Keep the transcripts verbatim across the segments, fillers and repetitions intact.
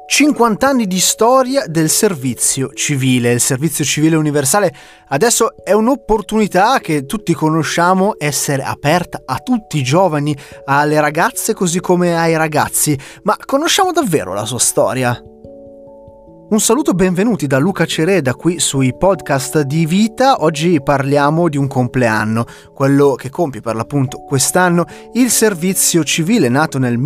cinquanta anni di storia del servizio civile. Il servizio civile universale adesso è un'opportunità che tutti conosciamo essere aperta a tutti i giovani, alle ragazze così come ai ragazzi. Ma conosciamo davvero la sua storia? Un saluto e benvenuti da Luca Cereda qui sui podcast di Vita. Oggi parliamo di un compleanno, quello che compie per l'appunto quest'anno il servizio civile, nato nel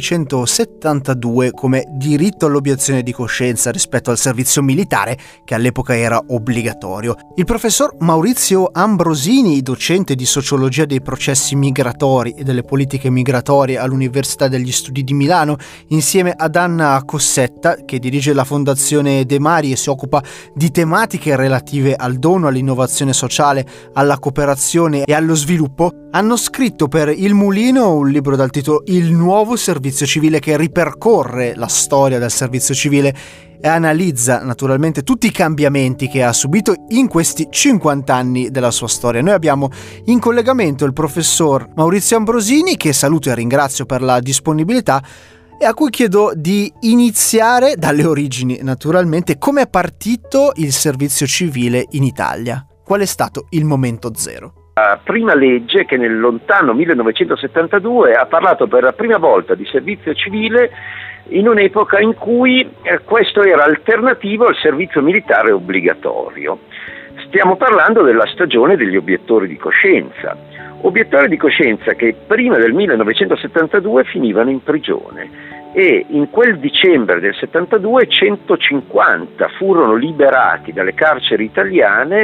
millenovecentosettantadue come diritto all'obiezione di coscienza rispetto al servizio militare che all'epoca era obbligatorio. Il professor Maurizio Ambrosini, docente di sociologia dei processi migratori e delle politiche migratorie all'Università degli Studi di Milano, insieme ad Anna Cossetta, che dirige la fondazione De Mari e si occupa di tematiche relative al dono, all'innovazione sociale, alla cooperazione e allo sviluppo, hanno scritto per Il Mulino un libro dal titolo Il nuovo servizio civile, che ripercorre la storia del servizio civile e analizza naturalmente tutti i cambiamenti che ha subito in questi cinquanta anni della sua storia. Noi abbiamo in collegamento il professor Maurizio Ambrosini, che saluto e ringrazio per la disponibilità, e a cui chiedo di iniziare dalle origini, naturalmente. Come è partito il servizio civile in Italia? Qual è stato il momento zero? La prima legge, che nel lontano millenovecentosettantadue ha parlato per la prima volta di servizio civile in un'epoca in cui eh, questo era alternativo al servizio militare obbligatorio. Stiamo parlando della stagione degli obiettori di coscienza. Obiettori di coscienza che prima del millenovecentosettantadue finivano in prigione, e in quel dicembre del settantadue centocinquanta furono liberati dalle carceri italiane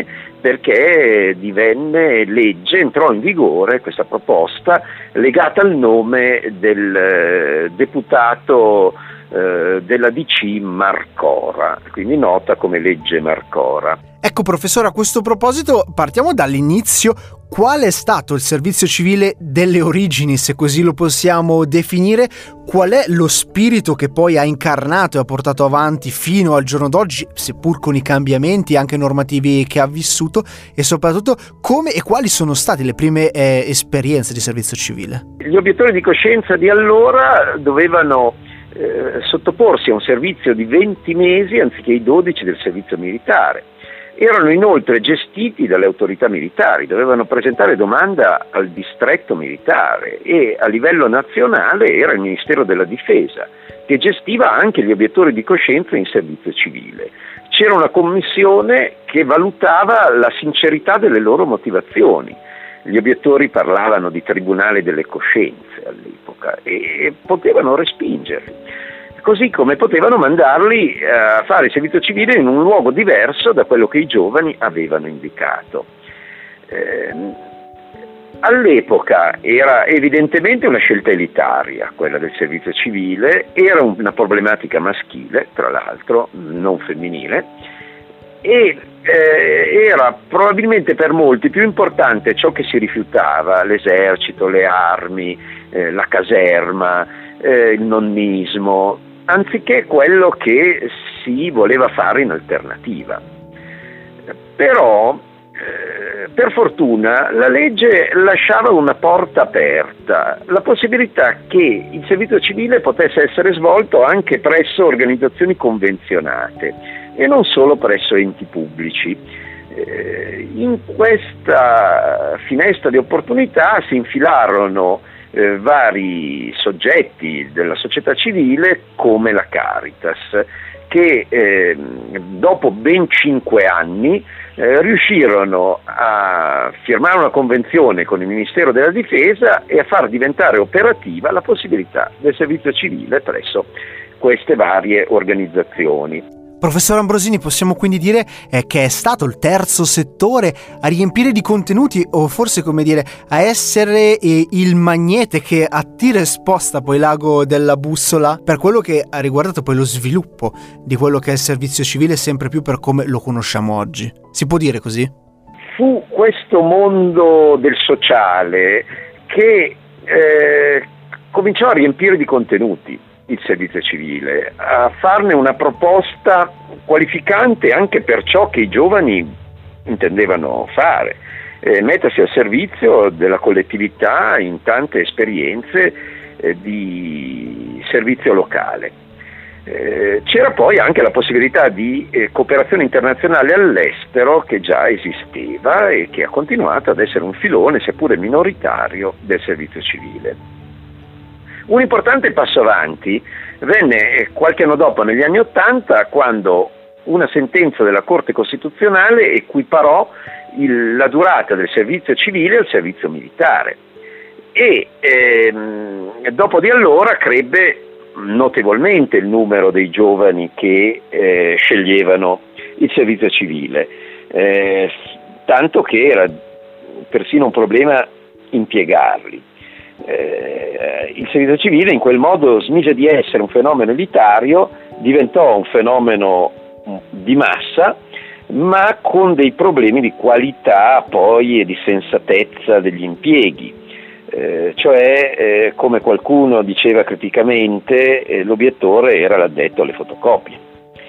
perché divenne legge, entrò in vigore questa proposta legata al nome del eh, deputato eh, della D C Marcora, quindi nota come legge Marcora. Ecco professore, a questo proposito partiamo dall'inizio. Qual è stato il servizio civile delle origini, se così lo possiamo definire? Qual è lo spirito che poi ha incarnato e ha portato avanti fino al giorno d'oggi, seppur con i cambiamenti anche normativi che ha vissuto, e soprattutto come e quali sono state le prime eh, esperienze di servizio civile? Gli obiettori di coscienza di allora dovevano eh, sottoporsi a un servizio di venti mesi anziché i dodici del servizio militare. Erano inoltre gestiti dalle autorità militari, dovevano presentare domanda al distretto militare, e a livello nazionale era il Ministero della Difesa, che gestiva anche gli obiettori di coscienza in servizio civile. C'era una commissione che valutava la sincerità delle loro motivazioni. Gli obiettori parlavano di tribunale delle coscienze all'epoca e potevano respingerli, così come potevano mandarli a fare il servizio civile in un luogo diverso da quello che i giovani avevano indicato. Eh, all'epoca era evidentemente una scelta elitaria quella del servizio civile, era una problematica maschile, tra l'altro, non femminile, e eh, era probabilmente per molti più importante ciò che si rifiutava: l'esercito, le armi, eh, la caserma, eh, il nonnismo, anziché quello che si voleva fare in alternativa. Però, eh, per fortuna, la legge lasciava una porta aperta, la possibilità che il servizio civile potesse essere svolto anche presso organizzazioni convenzionate e non solo presso enti pubblici. Eh, in questa finestra di opportunità si infilarono Eh, vari soggetti della società civile come la Caritas, che eh, dopo ben cinque anni eh, riuscirono a firmare una convenzione con il Ministero della Difesa e a far diventare operativa la possibilità del servizio civile presso queste varie organizzazioni. Professor Ambrosini, possiamo quindi dire eh, che è stato il terzo settore a riempire di contenuti, o forse, come dire, a essere eh, il magnete che attira e sposta poi l'ago della bussola per quello che ha riguardato poi lo sviluppo di quello che è il servizio civile, sempre più per come lo conosciamo oggi. Si può dire così? Fu questo mondo del sociale che eh, cominciò a riempire di contenuti il servizio civile, a farne una proposta qualificante anche per ciò che i giovani intendevano fare, eh, mettersi al servizio della collettività in tante esperienze eh, di servizio locale. Eh, c'era poi anche la possibilità di eh, cooperazione internazionale all'estero che già esisteva e che ha continuato ad essere un filone, seppure minoritario, del servizio civile. Un importante passo avanti venne eh, qualche anno dopo, negli anni Ottanta, quando una sentenza della Corte Costituzionale equiparò il, la durata del servizio civile al servizio militare e ehm, dopo di allora crebbe notevolmente il numero dei giovani che eh, sceglievano il servizio civile, eh, tanto che era persino un problema impiegarli. Eh, il servizio civile in quel modo smise di essere un fenomeno elitario, diventò un fenomeno di massa, ma con dei problemi di qualità poi e di sensatezza degli impieghi. Eh, cioè, eh, come qualcuno diceva criticamente, eh, l'obiettore era l'addetto alle fotocopie.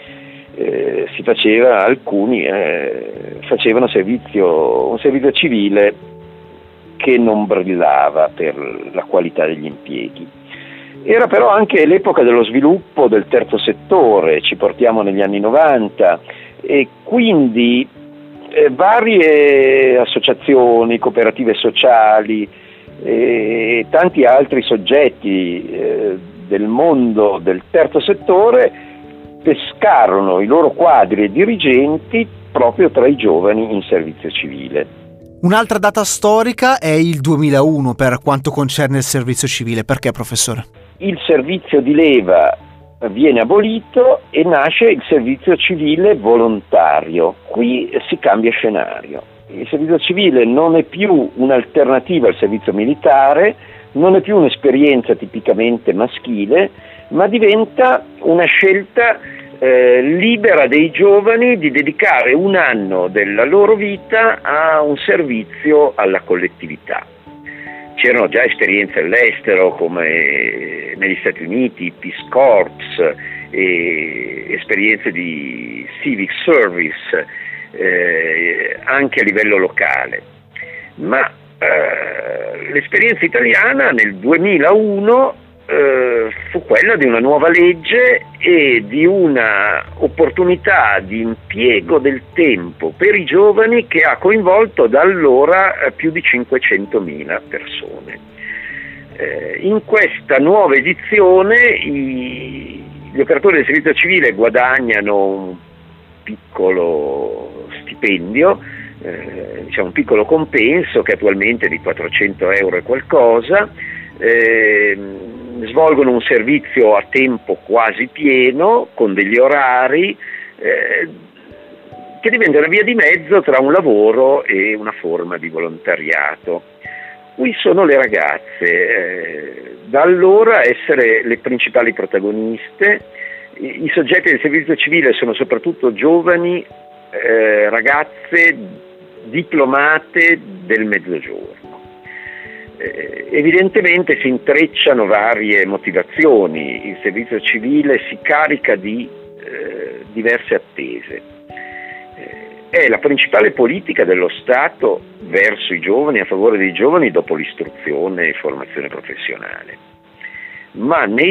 Eh, si faceva, alcuni eh, facevano servizio, un servizio civile che non brillava per la qualità degli impieghi. Era però anche l'epoca dello sviluppo del terzo settore, ci portiamo negli anni novanta, e quindi eh, varie associazioni, cooperative sociali e tanti altri soggetti eh, del mondo del terzo settore pescarono i loro quadri e dirigenti proprio tra i giovani in servizio civile. Un'altra data storica è il duemilauno per quanto concerne il servizio civile. Perché, professore? Il servizio di leva viene abolito e nasce il servizio civile volontario. Qui si cambia scenario. Il servizio civile non è più un'alternativa al servizio militare, non è più un'esperienza tipicamente maschile, ma diventa una scelta eh, libera dei giovani di dedicare un anno della loro vita a un servizio alla collettività. C'erano già esperienze all'estero come negli Stati Uniti, Peace Corps, e esperienze di civic service, Eh, anche a livello locale, ma eh, l'esperienza italiana nel duemilauno eh, fu quella di una nuova legge e di una opportunità di impiego del tempo per i giovani che ha coinvolto da allora eh, più di cinquecentomila persone. Eh, in questa nuova edizione i, gli operatori del servizio civile guadagnano un piccolo stipendio, eh, diciamo un piccolo compenso che attualmente è di quattrocento euro e qualcosa, eh, svolgono un servizio a tempo quasi pieno con degli orari eh, che diventa una via di mezzo tra un lavoro e una forma di volontariato. Qui sono le ragazze, eh, da allora essere le principali protagoniste. I soggetti del servizio civile sono soprattutto giovani eh, ragazze diplomate del Mezzogiorno. Eh, evidentemente si intrecciano varie motivazioni, il servizio civile si carica di eh, diverse attese. Eh, è la principale politica dello Stato verso i giovani, a favore dei giovani dopo l'istruzione e formazione professionale. Ma nei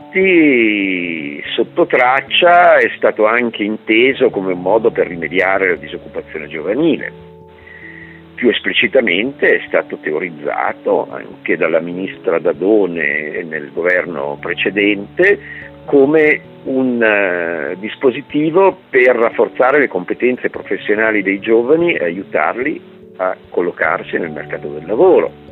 fatti, sotto traccia, è stato anche inteso come un modo per rimediare alla disoccupazione giovanile. Più esplicitamente è stato teorizzato anche dalla ministra Dadone nel governo precedente come un uh, dispositivo per rafforzare le competenze professionali dei giovani e aiutarli a collocarsi nel mercato del lavoro.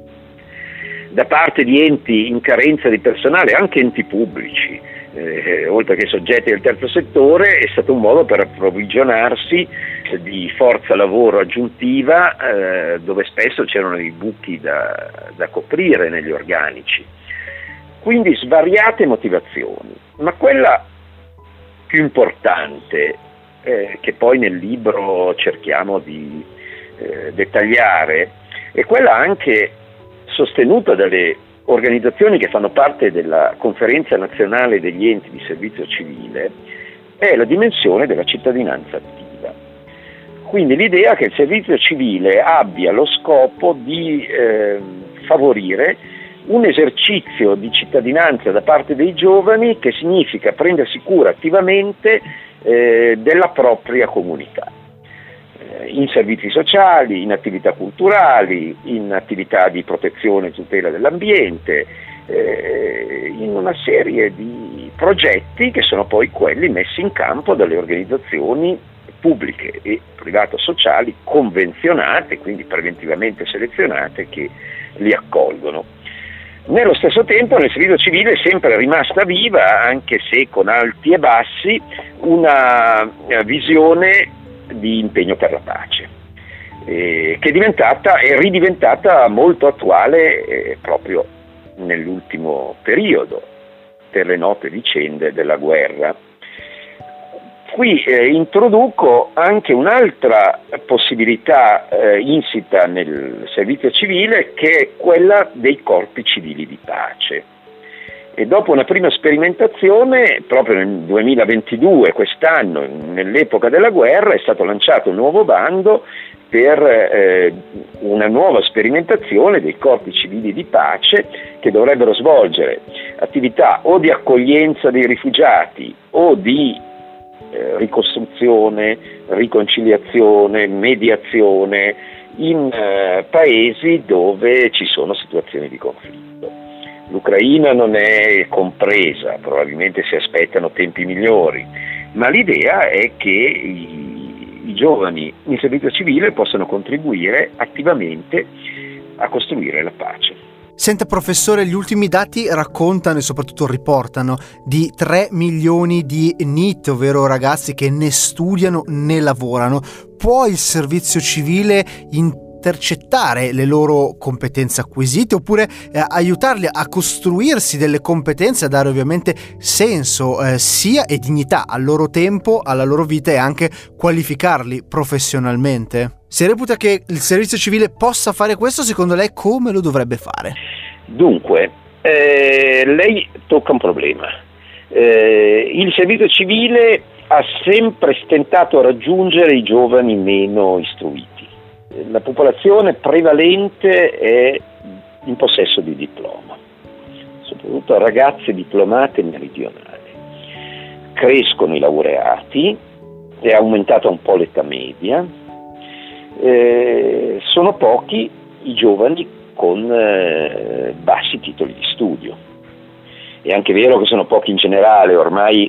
Da parte di enti in carenza di personale, anche enti pubblici, eh, oltre che soggetti del terzo settore, è stato un modo per approvvigionarsi di forza lavoro aggiuntiva, eh, dove spesso c'erano dei buchi da, da coprire negli organici. Quindi svariate motivazioni, ma quella più importante, eh, che poi nel libro cerchiamo di eh, dettagliare, è quella anche sostenuta dalle organizzazioni che fanno parte della Conferenza Nazionale degli Enti di Servizio Civile, è la dimensione della cittadinanza attiva. Quindi l'idea che il servizio civile abbia lo scopo di eh, favorire un esercizio di cittadinanza da parte dei giovani che significa prendersi cura attivamente eh, della propria comunità, eh, in servizi sociali, in attività culturali, in attività di protezione e tutela dell'ambiente, eh, in una serie di progetti che sono poi quelli messi in campo dalle organizzazioni pubbliche e privato-sociali convenzionate, quindi preventivamente selezionate, che li accolgono. Nello stesso tempo nel servizio civile è sempre rimasta viva, anche se con alti e bassi, una visione di impegno per la pace, eh, che è diventata è ridiventata molto attuale eh, proprio nell'ultimo periodo, per le note vicende della guerra. Qui eh, introduco anche un'altra possibilità eh, insita nel servizio civile, che è quella dei corpi civili di pace. E dopo una prima sperimentazione, proprio nel duemilaventidue, quest'anno, nell'epoca della guerra, è stato lanciato un nuovo bando per eh, una nuova sperimentazione dei corpi civili di pace, che dovrebbero svolgere attività o di accoglienza dei rifugiati o di eh, ricostruzione, riconciliazione, mediazione in eh, paesi dove ci sono situazioni di conflitto. L'Ucraina non è compresa, probabilmente si aspettano tempi migliori, ma l'idea è che i, i giovani in servizio civile possano contribuire attivamente a costruire la pace. Senta professore, gli ultimi dati raccontano e soprattutto riportano di tre milioni di N E E T, ovvero ragazzi che né studiano né lavorano. Può il servizio civile intercettare le loro competenze acquisite oppure eh, aiutarli a costruirsi delle competenze, a dare ovviamente senso eh, sia e dignità al loro tempo, alla loro vita, e anche qualificarli professionalmente? Se reputa che il servizio civile possa fare questo, secondo lei come lo dovrebbe fare? Dunque, eh, lei tocca un problema. Eh, il servizio civile ha sempre stentato a raggiungere i giovani meno istruiti. La popolazione prevalente è in possesso di diploma, soprattutto ragazze diplomate meridionali. Crescono i laureati, è aumentata un po' l'età media. Eh, sono pochi i giovani con eh, bassi titoli di studio. È anche vero che sono pochi in generale, ormai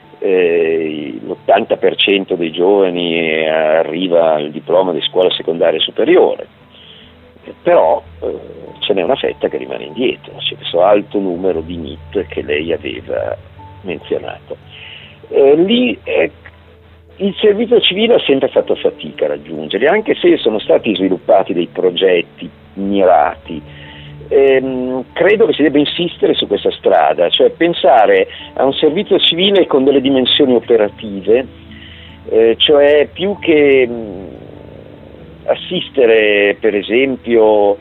eh, l'ottanta per cento dei giovani arriva al diploma di scuola secondaria superiore, eh, però eh, ce n'è una fetta che rimane indietro, c'è questo alto numero di N E E T che lei aveva menzionato. Eh, lì eh, il servizio civile ha sempre fatto fatica a raggiungerli, anche se sono stati sviluppati dei progetti mirati. Ehm, credo che si debba insistere su questa strada, cioè pensare a un servizio civile con delle dimensioni operative, eh, cioè più che mh, assistere per esempio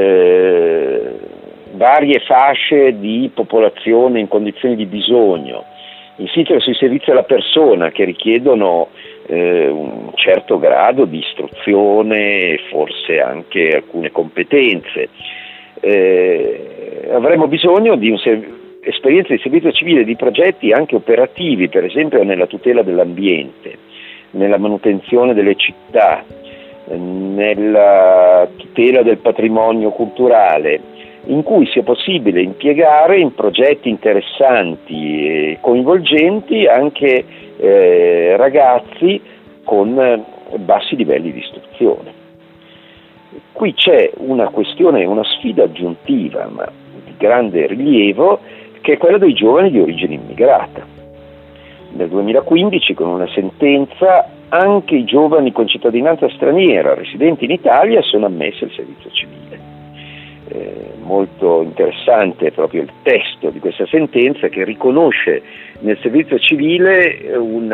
eh, varie fasce di popolazione in condizioni di bisogno, insistere sui servizi alla persona che richiedono eh, un certo grado di istruzione e forse anche alcune competenze. Eh, avremo bisogno di un serv- esperienze di servizio civile, di progetti anche operativi, per esempio nella tutela dell'ambiente, nella manutenzione delle città, nella tutela del patrimonio culturale, in cui sia possibile impiegare in progetti interessanti e coinvolgenti anche eh, ragazzi con eh, bassi livelli di istruzione. Qui c'è una questione, una sfida aggiuntiva, ma di grande rilievo, che è quella dei giovani di origine immigrata. Nel duemilaquindici, con una sentenza, anche i giovani con cittadinanza straniera residenti in Italia sono ammessi al servizio civile. Eh, molto interessante proprio il testo di questa sentenza, che riconosce nel servizio civile un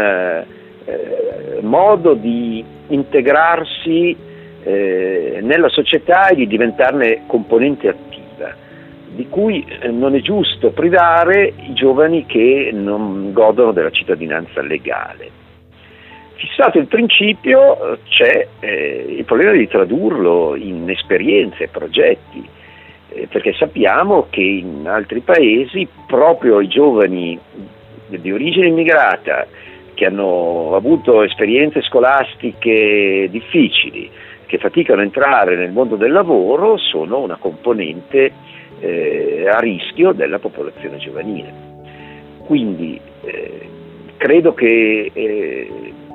eh, modo di integrarsi eh, nella società e di diventarne componente attiva, di cui eh, non è giusto privare i giovani che non godono della cittadinanza legale. Fissato il principio, c'è eh, il problema di tradurlo in esperienze, progetti. eh, perché sappiamo che in altri paesi proprio i giovani di origine immigrata che hanno avuto esperienze scolastiche difficili, che faticano a entrare nel mondo del lavoro, sono una componente eh, a rischio della popolazione giovanile. Quindi eh, credo che eh,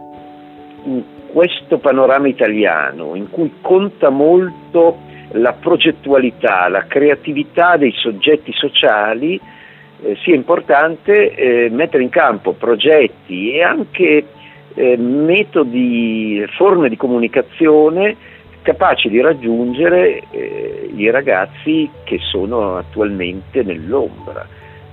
in questo panorama italiano, in cui conta molto la progettualità, la creatività dei soggetti sociali, eh, sia importante eh, mettere in campo progetti e anche eh, metodi, forme di comunicazione capaci di raggiungere eh, i ragazzi che sono attualmente nell'ombra,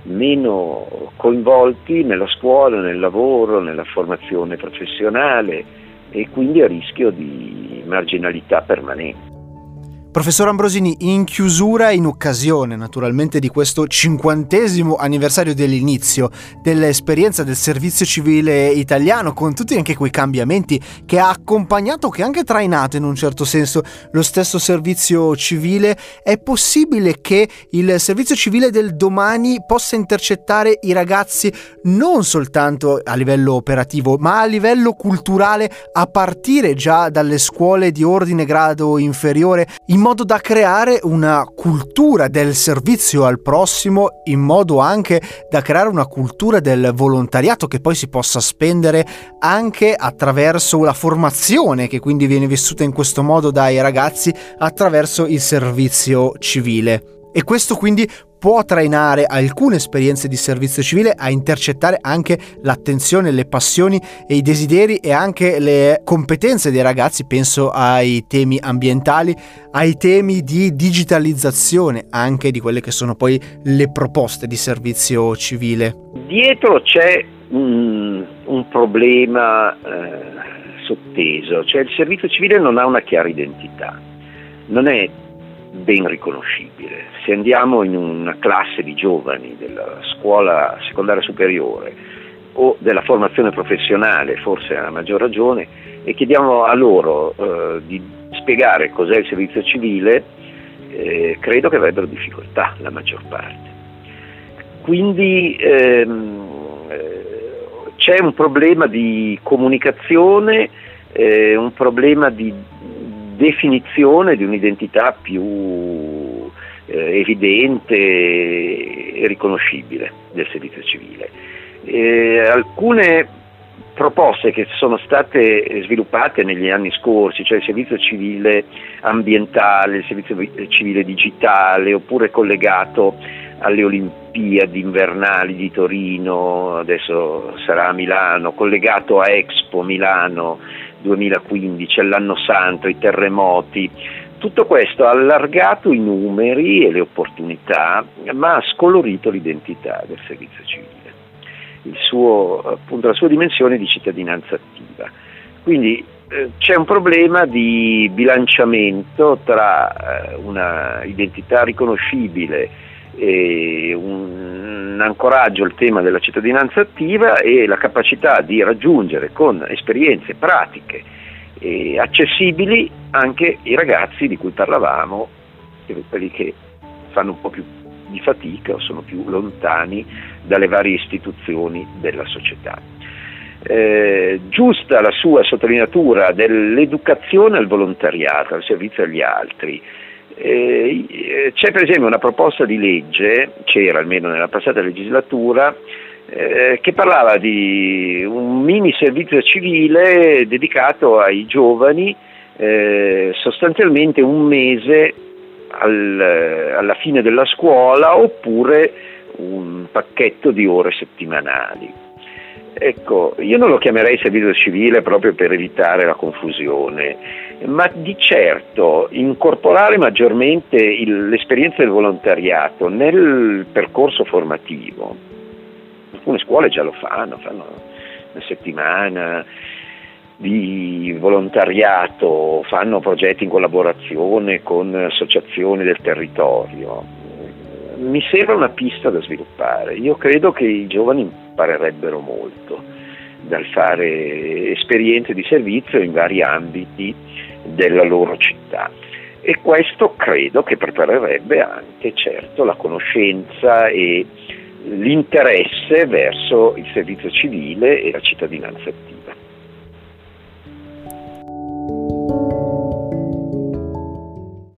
meno coinvolti nella scuola, nel lavoro, nella formazione professionale e quindi a rischio di marginalità permanente. Professor Ambrosini, in chiusura, in occasione naturalmente di questo cinquantesimo anniversario dell'inizio dell'esperienza del servizio civile italiano, con tutti anche quei cambiamenti che ha accompagnato, che ha anche trainato in un certo senso lo stesso servizio civile, è possibile che il servizio civile del domani possa intercettare i ragazzi non soltanto a livello operativo, ma a livello culturale, a partire già dalle scuole di ordine grado inferiore, in modo da creare una cultura del servizio al prossimo, in modo anche da creare una cultura del volontariato che poi si possa spendere anche attraverso la formazione, che quindi viene vissuta in questo modo dai ragazzi attraverso il servizio civile. E questo quindi può trainare alcune esperienze di servizio civile a intercettare anche l'attenzione, le passioni e i desideri e anche le competenze dei ragazzi. Penso ai temi ambientali, ai temi di digitalizzazione anche di quelle che sono poi le proposte di servizio civile. Dietro c'è un, un problema eh, sotteso, cioè il servizio civile non ha una chiara identità, non è ben riconoscibile. Se andiamo in una classe di giovani della scuola secondaria superiore o della formazione professionale, forse a maggior ragione, e chiediamo a loro eh, di spiegare cos'è il servizio civile, eh, credo che avrebbero difficoltà la maggior parte. Quindi ehm, c'è un problema di comunicazione, eh, un problema di definizione di un'identità più eh, evidente e riconoscibile del servizio civile. Eh, alcune proposte che sono state sviluppate negli anni scorsi, cioè il servizio civile ambientale, il servizio civile digitale, oppure collegato alle Olimpiadi invernali di Torino, adesso sarà a Milano, collegato a Expo Milano duemilaquindici, all'anno santo, i terremoti, tutto questo ha allargato i numeri e le opportunità, ma ha scolorito l'identità del servizio civile, il suo, appunto, la sua dimensione di cittadinanza attiva. Quindi eh, c'è un problema di bilanciamento tra eh, una identità riconoscibile e un, un ancoraggio al tema della cittadinanza attiva e la capacità di raggiungere con esperienze pratiche e accessibili anche i ragazzi di cui parlavamo, quelli che fanno un po' più di fatica o sono più lontani dalle varie istituzioni della società. Eh, giusta la sua sottolineatura dell'educazione al volontariato, al servizio agli altri. Eh, c'è per esempio una proposta di legge, c'era almeno nella passata legislatura, eh, che parlava di un mini servizio civile dedicato ai giovani, eh, sostanzialmente un mese al, alla fine della scuola oppure un pacchetto di ore settimanali. Ecco, io non lo chiamerei servizio civile proprio per evitare la confusione, ma di certo incorporare maggiormente il, l'esperienza del volontariato nel percorso formativo. Alcune scuole già lo fanno, fanno una settimana di volontariato, fanno progetti in collaborazione con associazioni del territorio. Mi sembra una pista da sviluppare. Io credo che i giovani imparerebbero molto dal fare esperienze di servizio in vari ambiti della loro città. e questo credo che preparerebbe anche, certo, la conoscenza e l'interesse verso il servizio civile e la cittadinanza attiva.